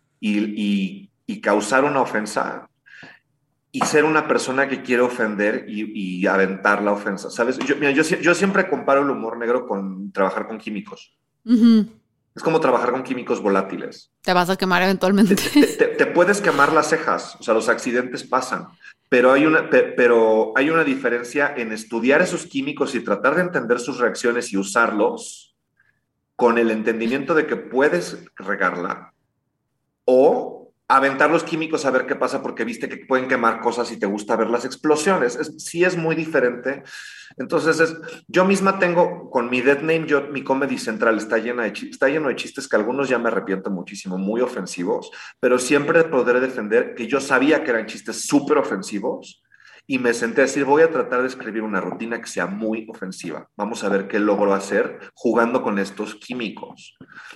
y causar una ofensa y ser una persona que quiere ofender y aventar la ofensa, ¿sabes? Yo siempre comparo el humor negro con trabajar con químicos. Ujú. Es como trabajar con químicos volátiles. Te vas a quemar eventualmente. Te puedes quemar las cejas, o sea, los accidentes pasan, pero hay una diferencia en estudiar esos químicos y tratar de entender sus reacciones y usarlos con el entendimiento de que puedes regarla o aventar los químicos a ver qué pasa porque viste que pueden quemar cosas y te gusta ver las explosiones. Sí es muy diferente. Entonces, yo misma tengo, con mi Dead Name, mi Comedy Central está lleno de chistes que algunos ya me arrepiento muchísimo, muy ofensivos, pero siempre podré defender que yo sabía que eran chistes súper ofensivos y me senté a decir, voy a tratar de escribir una rutina que sea muy ofensiva. Vamos a ver qué logro hacer jugando con estos químicos.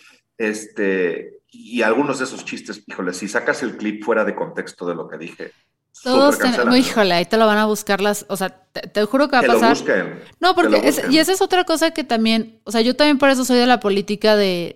Y algunos de esos chistes, híjole, si sacas el clip fuera de contexto de lo que dije, súper Todos cancelado. híjole, ahí te lo van a buscar o sea, te juro que va a Que lo pasar. busquen. No, Que lo porque busquen. y esa es otra cosa que también, o sea, yo también por eso soy de la política de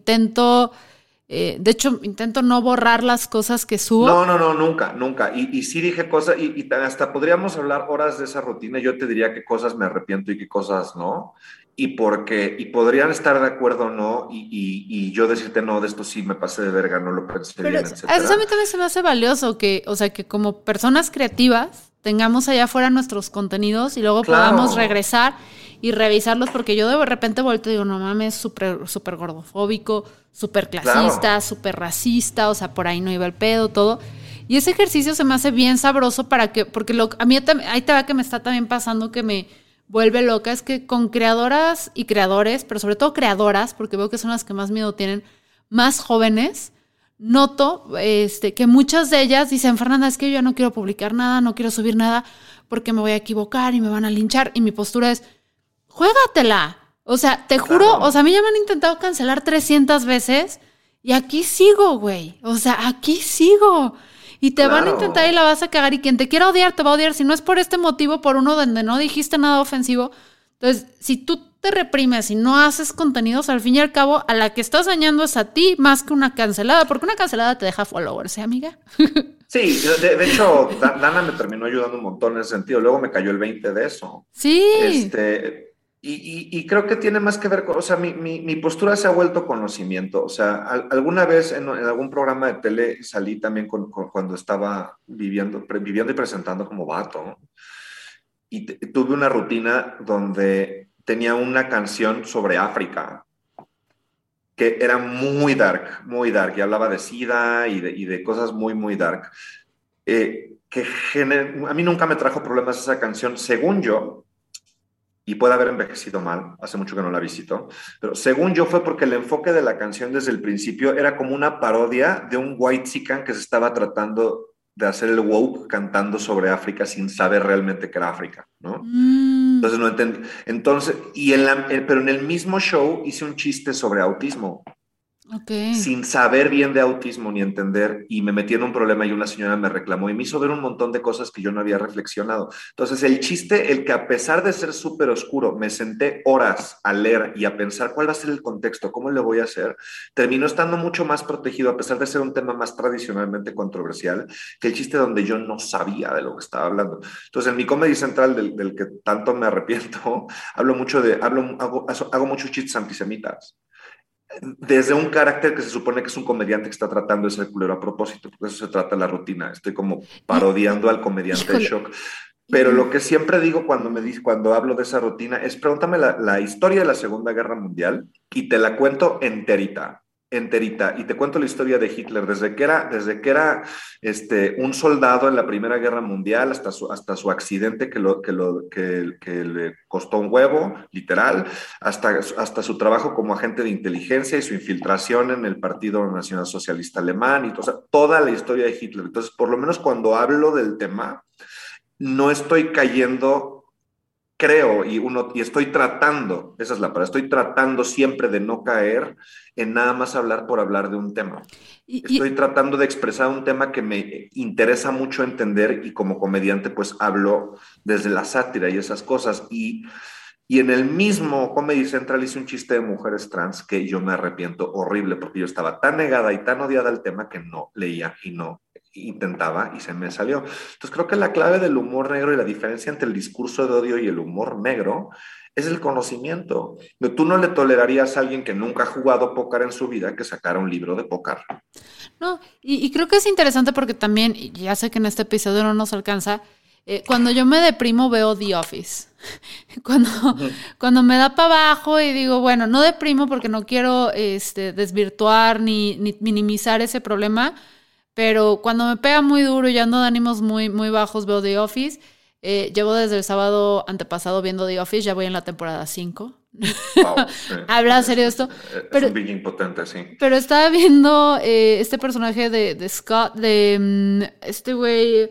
de hecho, intento no borrar las cosas que subo. No, nunca. Y sí dije cosas, y hasta podríamos hablar horas de esa rutina. Yo te diría qué cosas me arrepiento y qué cosas no. Y podrían estar de acuerdo o no, y yo decirte no, de esto sí me pasé de verga, no lo pensé Pero bien, eso a etcétera. mí también se me hace valioso que, o sea, que como personas creativas tengamos allá afuera nuestros contenidos y luego podamos Claro. regresar y revisarlos, porque yo de repente vuelto y digo, no mames, súper gordofóbico, súper clasista, Claro. súper racista, o sea, por ahí no iba el pedo, todo. Y ese ejercicio se me hace bien sabroso porque a mí ahí te va que me está también pasando que me vuelve loca, es que con creadoras y creadores, pero sobre todo creadoras, porque veo que son las que más miedo tienen, más jóvenes, noto que muchas de ellas dicen, Fernanda, es que yo ya no quiero publicar nada, no quiero subir nada porque me voy a equivocar y me van a linchar. Y mi postura es, juégatela. O sea, te juro, Claro. o sea, a mí ya me han intentado cancelar 300 veces y aquí sigo, güey. O sea, aquí sigo. Y te van a Claro. intentar y la vas a cagar. Y quien te quiera odiar, te va a odiar. Si no es por este motivo, por uno donde no dijiste nada ofensivo. Entonces, si tú te reprimes y no haces contenidos, al fin y al cabo, a la que estás dañando es a ti más que una cancelada. Porque una cancelada te deja followers, ¿eh, amiga? Sí, de hecho, Dana me terminó ayudando un montón en ese sentido. Luego me cayó el 20 de eso. Sí. Y creo que tiene más que ver con, o sea, mi postura se ha vuelto conocimiento. O sea, alguna vez en algún programa de tele salí también cuando estaba viviendo y presentando como vato, ¿no? Y tuve una rutina donde tenía una canción sobre África que era muy dark, y hablaba de SIDA y de cosas muy dark. A mí nunca me trajo problemas esa canción, según yo, y puede haber envejecido mal, hace mucho que no la visito, pero según yo fue porque el enfoque de la canción desde el principio era como una parodia de un whitexican que se estaba tratando de hacer el woke cantando sobre África sin saber realmente que era África, ¿no? Mm. Entonces no entendí. Entonces, pero en el mismo show hice un chiste sobre autismo. Ok. sin saber bien de autismo ni entender, y me metí en un problema y una señora me reclamó y me hizo ver un montón de cosas que yo no había reflexionado. Entonces, el chiste, el que a pesar de ser súper oscuro, me senté horas a leer y a pensar cuál va a ser el contexto, cómo le voy a hacer, terminó estando mucho más protegido, a pesar de ser un tema más tradicionalmente controversial, que el chiste donde yo no sabía de lo que estaba hablando. Entonces, en mi Comedy Central, del que tanto me arrepiento, hago muchos chistes antisemitas desde un carácter que se supone que es un comediante que está tratando de ser culero a propósito, porque eso se trata la rutina. Estoy como parodiando al comediante de Híjole. shock. Pero lo que siempre digo cuando hablo de esa rutina es pregúntame la historia de la Segunda Guerra Mundial y te la cuento enterita, enterita. Y te cuento la historia de Hitler desde que era un soldado en la Primera Guerra Mundial hasta su accidente que le costó un huevo, literal, hasta su trabajo como agente de inteligencia y su infiltración en el Partido Nacional Socialista Alemán y toda la historia de Hitler. Entonces, por lo menos cuando hablo del tema, no estoy cayendo, creo, y estoy tratando, esa es la palabra, estoy tratando siempre de no caer en nada más hablar por hablar de un tema. Y, Estoy y, tratando de expresar un tema que me interesa mucho entender y como comediante pues hablo desde la sátira y esas cosas. Y en el mismo Comedy Central hice un chiste de mujeres trans que yo me arrepiento horrible porque yo estaba tan negada y tan odiada al tema que no leía y no intentaba y se me salió. Entonces creo que la clave del humor negro y la diferencia entre el discurso de odio y el humor negro es el conocimiento. Tú no le tolerarías a alguien que nunca ha jugado póker en su vida que sacara un libro de póker. no, y creo que es interesante porque también, y ya sé que en este episodio no nos alcanza, cuando yo me deprimo veo The Office. Cuando, cuando me da para abajo y digo, bueno, no deprimo porque no quiero desvirtuar ni minimizar ese problema, pero cuando me pega muy duro y ando de ánimos muy, muy bajos veo The Office. Llevo desde el sábado antepasado viendo The Office, ya voy en la temporada 5. Wow, sí. Habla serio esto. Es un big impotente, sí. Pero estaba viendo este personaje de Scott, de este güey,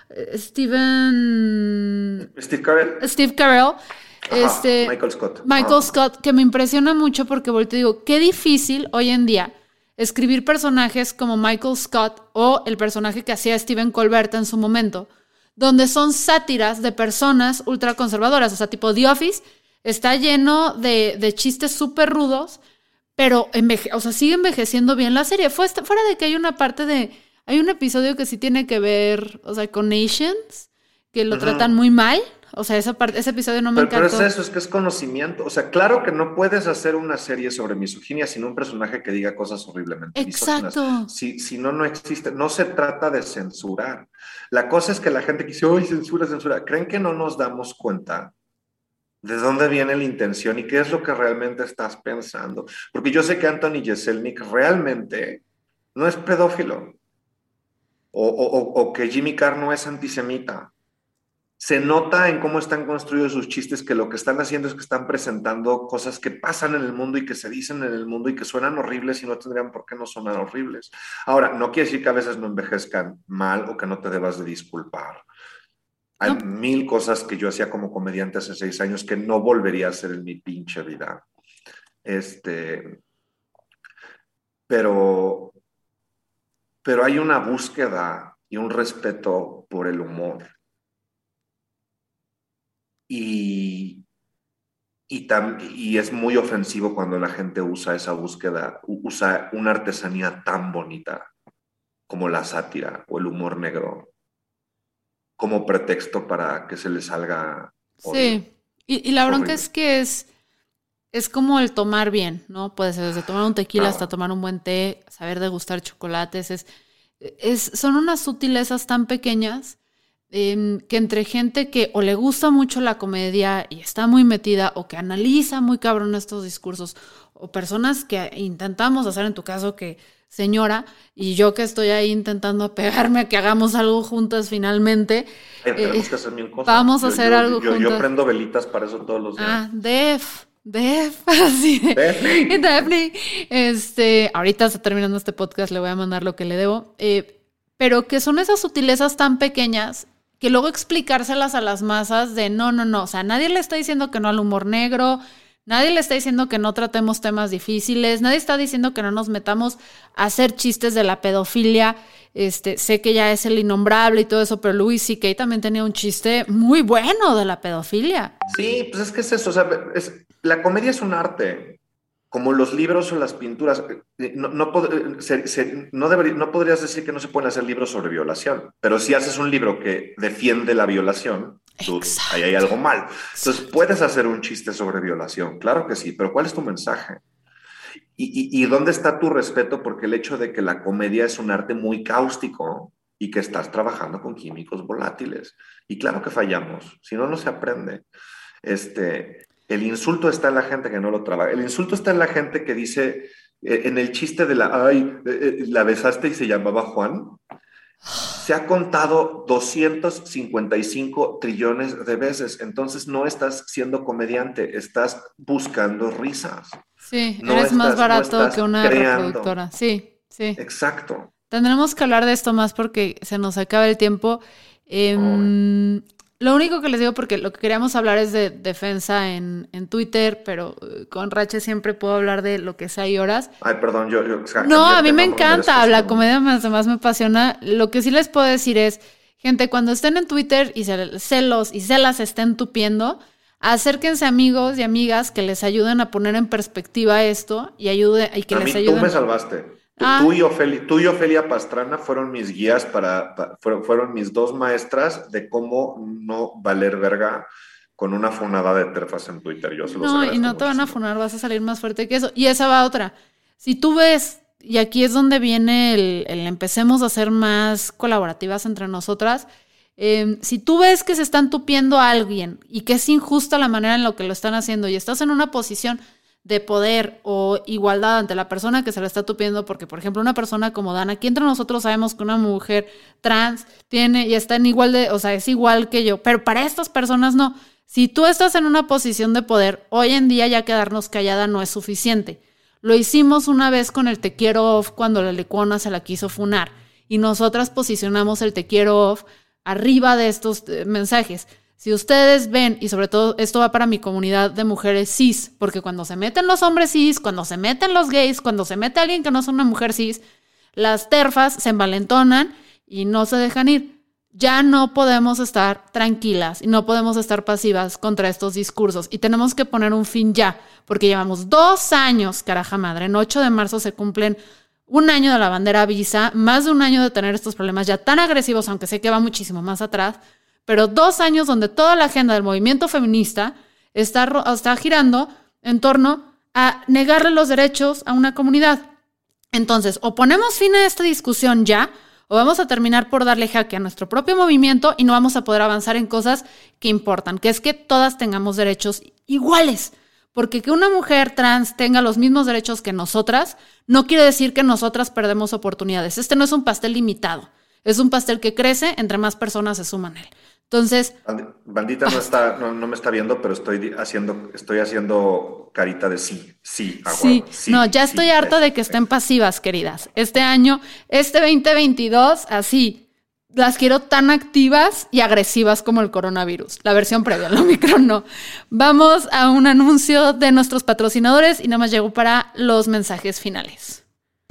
Steve Carell. Steve Carell. Ajá, Michael Scott. Michael Scott, que me impresiona mucho porque volteo y digo, qué difícil hoy en día escribir personajes como Michael Scott o el personaje que hacía Stephen Colbert en su momento, donde son sátiras de personas ultraconservadoras. O sea, tipo The Office está lleno de chistes súper rudos, pero sigue envejeciendo bien la serie. Fuera de que hay una parte hay un episodio que sí tiene que ver, o sea, con Asians, que lo tratan muy mal. O sea, ese episodio no me encantó. Pero es que es conocimiento. O sea, claro que no puedes hacer una serie sobre misoginia sin un personaje que diga cosas horriblemente misóginas. Exacto. Si no, no existe. No se trata de censurar. La cosa es que la gente que dice, ¡ay, censura, censura! ¿Creen que no nos damos cuenta de dónde viene la intención y qué es lo que realmente estás pensando? Porque yo sé que Anthony Jeselnik realmente no es pedófilo. O que Jimmy Carr no es antisemita. Se nota en cómo están construidos sus chistes que lo que están haciendo es que están presentando cosas que pasan en el mundo y que se dicen en el mundo y que suenan horribles y no tendrían por qué no sonar horribles. Ahora, no quiere decir que a veces no envejezcan mal o que no te debas de disculpar. Hay mil cosas que yo hacía como comediante hace 6 años que no volvería a hacer en mi pinche vida. Pero hay una búsqueda y un respeto por el humor. Y es muy ofensivo cuando la gente usa esa búsqueda, usa una artesanía tan bonita como la sátira o el humor negro como pretexto para que se le salga odio. Sí, y la bronca es que es como el tomar bien, ¿no? Puede ser desde tomar un tequila hasta tomar un buen té, saber degustar chocolates, son unas sutilezas tan pequeñas que entre gente que o le gusta mucho la comedia y está muy metida o que analiza muy cabrón estos discursos o personas que intentamos hacer, en tu caso, que señora, y yo que estoy ahí intentando apegarme a que hagamos algo juntas finalmente. Tenemos que hacer mil cosas. Vamos a hacer algo juntas. Yo prendo velitas para eso todos los días. Así de Daphne. Ahorita está terminando este podcast, le voy a mandar lo que le debo. Pero que son esas sutilezas tan pequeñas que luego explicárselas a las masas de no, o sea, nadie le está diciendo que no al humor negro, Nadie le está diciendo que no tratemos temas difíciles. Nadie está diciendo que no nos metamos a hacer chistes de la pedofilia. Sé que ya es el innombrable y todo eso, pero Louis C.K. también tenía un chiste muy bueno de la pedofilia. Sí, pues es que es eso. O sea, la comedia es un arte, como los libros o las pinturas. No podrías decir que no se pueden hacer libros sobre violación, pero si haces un libro que defiende la violación, ahí hay algo mal. Entonces, puedes hacer un chiste sobre violación, claro que sí, pero ¿cuál es tu mensaje? ¿Y dónde está tu respeto? Porque el hecho de que la comedia es un arte muy cáustico y que estás trabajando con químicos volátiles. Y claro que fallamos, si no, no se aprende. El insulto está en la gente que no lo trabaja. El insulto está en la gente que dice, en el chiste de la besaste y se llamaba Juan. Se ha contado 255 trillones de veces. Entonces no estás siendo comediante, estás buscando risas. Sí, eres más barato que una reproductora. Sí. Exacto. Tendremos que hablar de esto más porque se nos acaba el tiempo. Lo único que les digo, porque lo que queríamos hablar es de defensa en Twitter, pero con Rache siempre puedo hablar de lo que sea y horas. Ay, perdón, yo no, a mí me encanta, la comedia más me apasiona. Lo que sí les puedo decir es, gente, cuando estén en Twitter y se las estén tupiendo, acérquense amigos y amigas que les ayuden a poner en perspectiva esto y que les ayuden. Tú me salvaste. Tú y Ofelia Pastrana fueron mis guías fueron mis dos maestras de cómo no valer verga con una funada de terfas en Twitter. Yo se los agradezco. Y no te van a funar, vas a salir más fuerte que eso. Y esa va otra. Si tú ves, y aquí es donde viene el empecemos a ser más colaborativas entre nosotras, si tú ves que se están tupiendo a alguien y que es injusta la manera en la que lo están haciendo y estás en una posición de poder o igualdad ante la persona que se la está tupiendo, porque, por ejemplo, una persona como Dana, aquí entre nosotros sabemos que una mujer trans tiene y está en es igual que yo, pero para estas personas no. Si tú estás en una posición de poder, hoy en día ya quedarnos callada no es suficiente. Lo hicimos una vez con el te quiero off cuando la licuona se la quiso funar y nosotras posicionamos el te quiero off arriba de estos mensajes. Si ustedes ven, y sobre todo esto va para mi comunidad de mujeres cis, porque cuando se meten los hombres cis, cuando se meten los gays, cuando se mete alguien que no es una mujer cis, las terfas se envalentonan y no se dejan ir. Ya no podemos estar tranquilas y no podemos estar pasivas contra estos discursos y tenemos que poner un fin ya, porque llevamos 2 años, caraja madre, en 8 de marzo se cumplen 1 año de la bandera Visa, más de 1 año de tener estos problemas ya tan agresivos, aunque sé que va muchísimo más atrás, pero 2 años donde toda la agenda del movimiento feminista está girando en torno a negarle los derechos a una comunidad. Entonces, o ponemos fin a esta discusión ya, o vamos a terminar por darle jaque a nuestro propio movimiento y no vamos a poder avanzar en cosas que importan, que es que todas tengamos derechos iguales. Porque que una mujer trans tenga los mismos derechos que nosotras no quiere decir que nosotras perdemos oportunidades. Este no es un pastel limitado, es un pastel que crece entre más personas se suman a él. Entonces, Bandita no me está viendo, pero estoy haciendo carita de sí. Sí, no, ya estoy harta de que estén pasivas, queridas. Este año, 2022, así, las quiero tan activas y agresivas como el coronavirus. La versión previa, el Omicron no. Vamos a un anuncio de nuestros patrocinadores y nada más llego para los mensajes finales.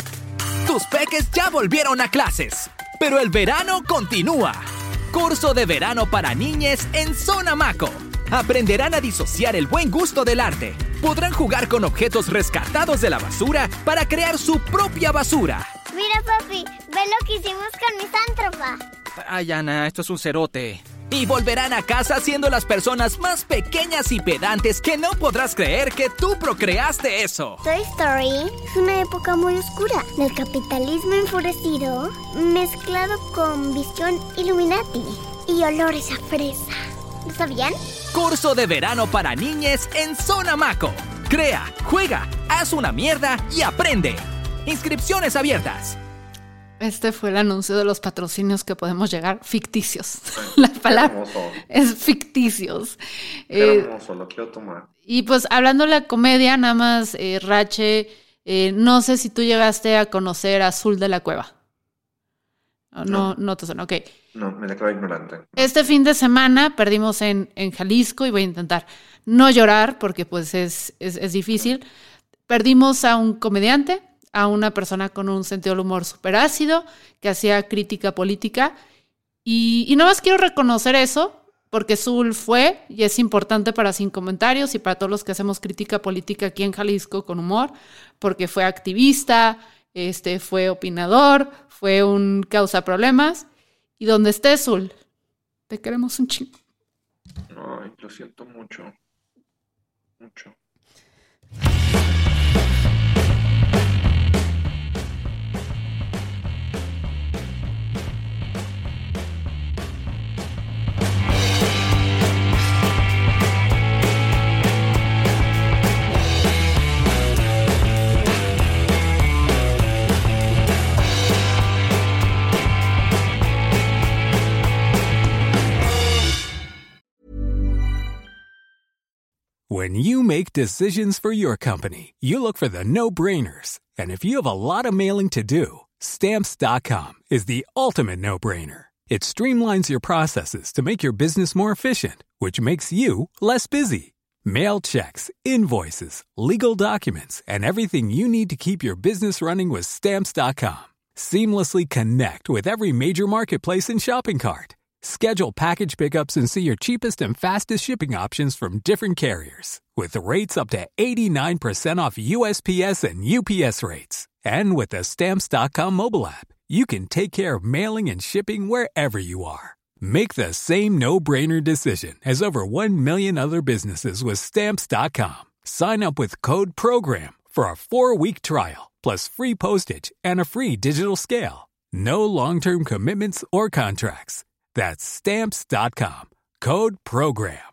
Tus peques ya volvieron a clases, pero el verano continúa. Curso de verano para niñes en Zona Maco. Aprenderán a disociar el buen gusto del arte. Podrán jugar con objetos rescatados de la basura para crear su propia basura. Mira, papi, ve lo que hicimos con misántropa. Ay, Ana, esto es un cerote. Y volverán a casa siendo las personas más pequeñas y pedantes que no podrás creer que tú procreaste eso. Toy Story es una época muy oscura del capitalismo enfurecido mezclado con visión Illuminati y olores a fresa. ¿Lo sabían? Curso de verano para niñes en Zona Maco. Crea, juega, haz una mierda y aprende. Inscripciones abiertas. Este fue el anuncio de los patrocinios que podemos llegar ficticios. La palabra es ficticios. Qué hermoso, lo quiero tomar. Y pues hablando de la comedia, nada más, Rache, no sé si tú llegaste a conocer a Azul de la Cueva. No te suena, ok. No, me declaro ignorante. Este fin de semana perdimos en Jalisco y voy a intentar no llorar porque pues es difícil. Perdimos a un comediante, a una persona con un sentido del humor súper ácido que hacía crítica política y nada más quiero reconocer eso porque Zul fue y es importante para Sin Comentarios y para todos los que hacemos crítica política aquí en Jalisco con humor, porque fue activista, fue opinador, fue un causa problemas. Y donde estés, Zul, te queremos un chingo. Ay, lo siento mucho. Mucho. When you make decisions for your company, you look for the no-brainers. And if you have a lot of mailing to do, Stamps.com is the ultimate no-brainer. It streamlines your processes to make your business more efficient, which makes you less busy. Mail checks, invoices, legal documents, and everything you need to keep your business running with Stamps.com. Seamlessly connect with every major marketplace and shopping cart. Schedule package pickups and see your cheapest and fastest shipping options from different carriers, with rates up to 89% off USPS and UPS rates. And with the Stamps.com mobile app, you can take care of mailing and shipping wherever you are. Make the same no-brainer decision as over 1 million other businesses with Stamps.com. Sign up with code PROGRAM for a 4-week trial, plus free postage and a free digital scale. No long-term commitments or contracts. That's Stamps.com. Code PROGRAM.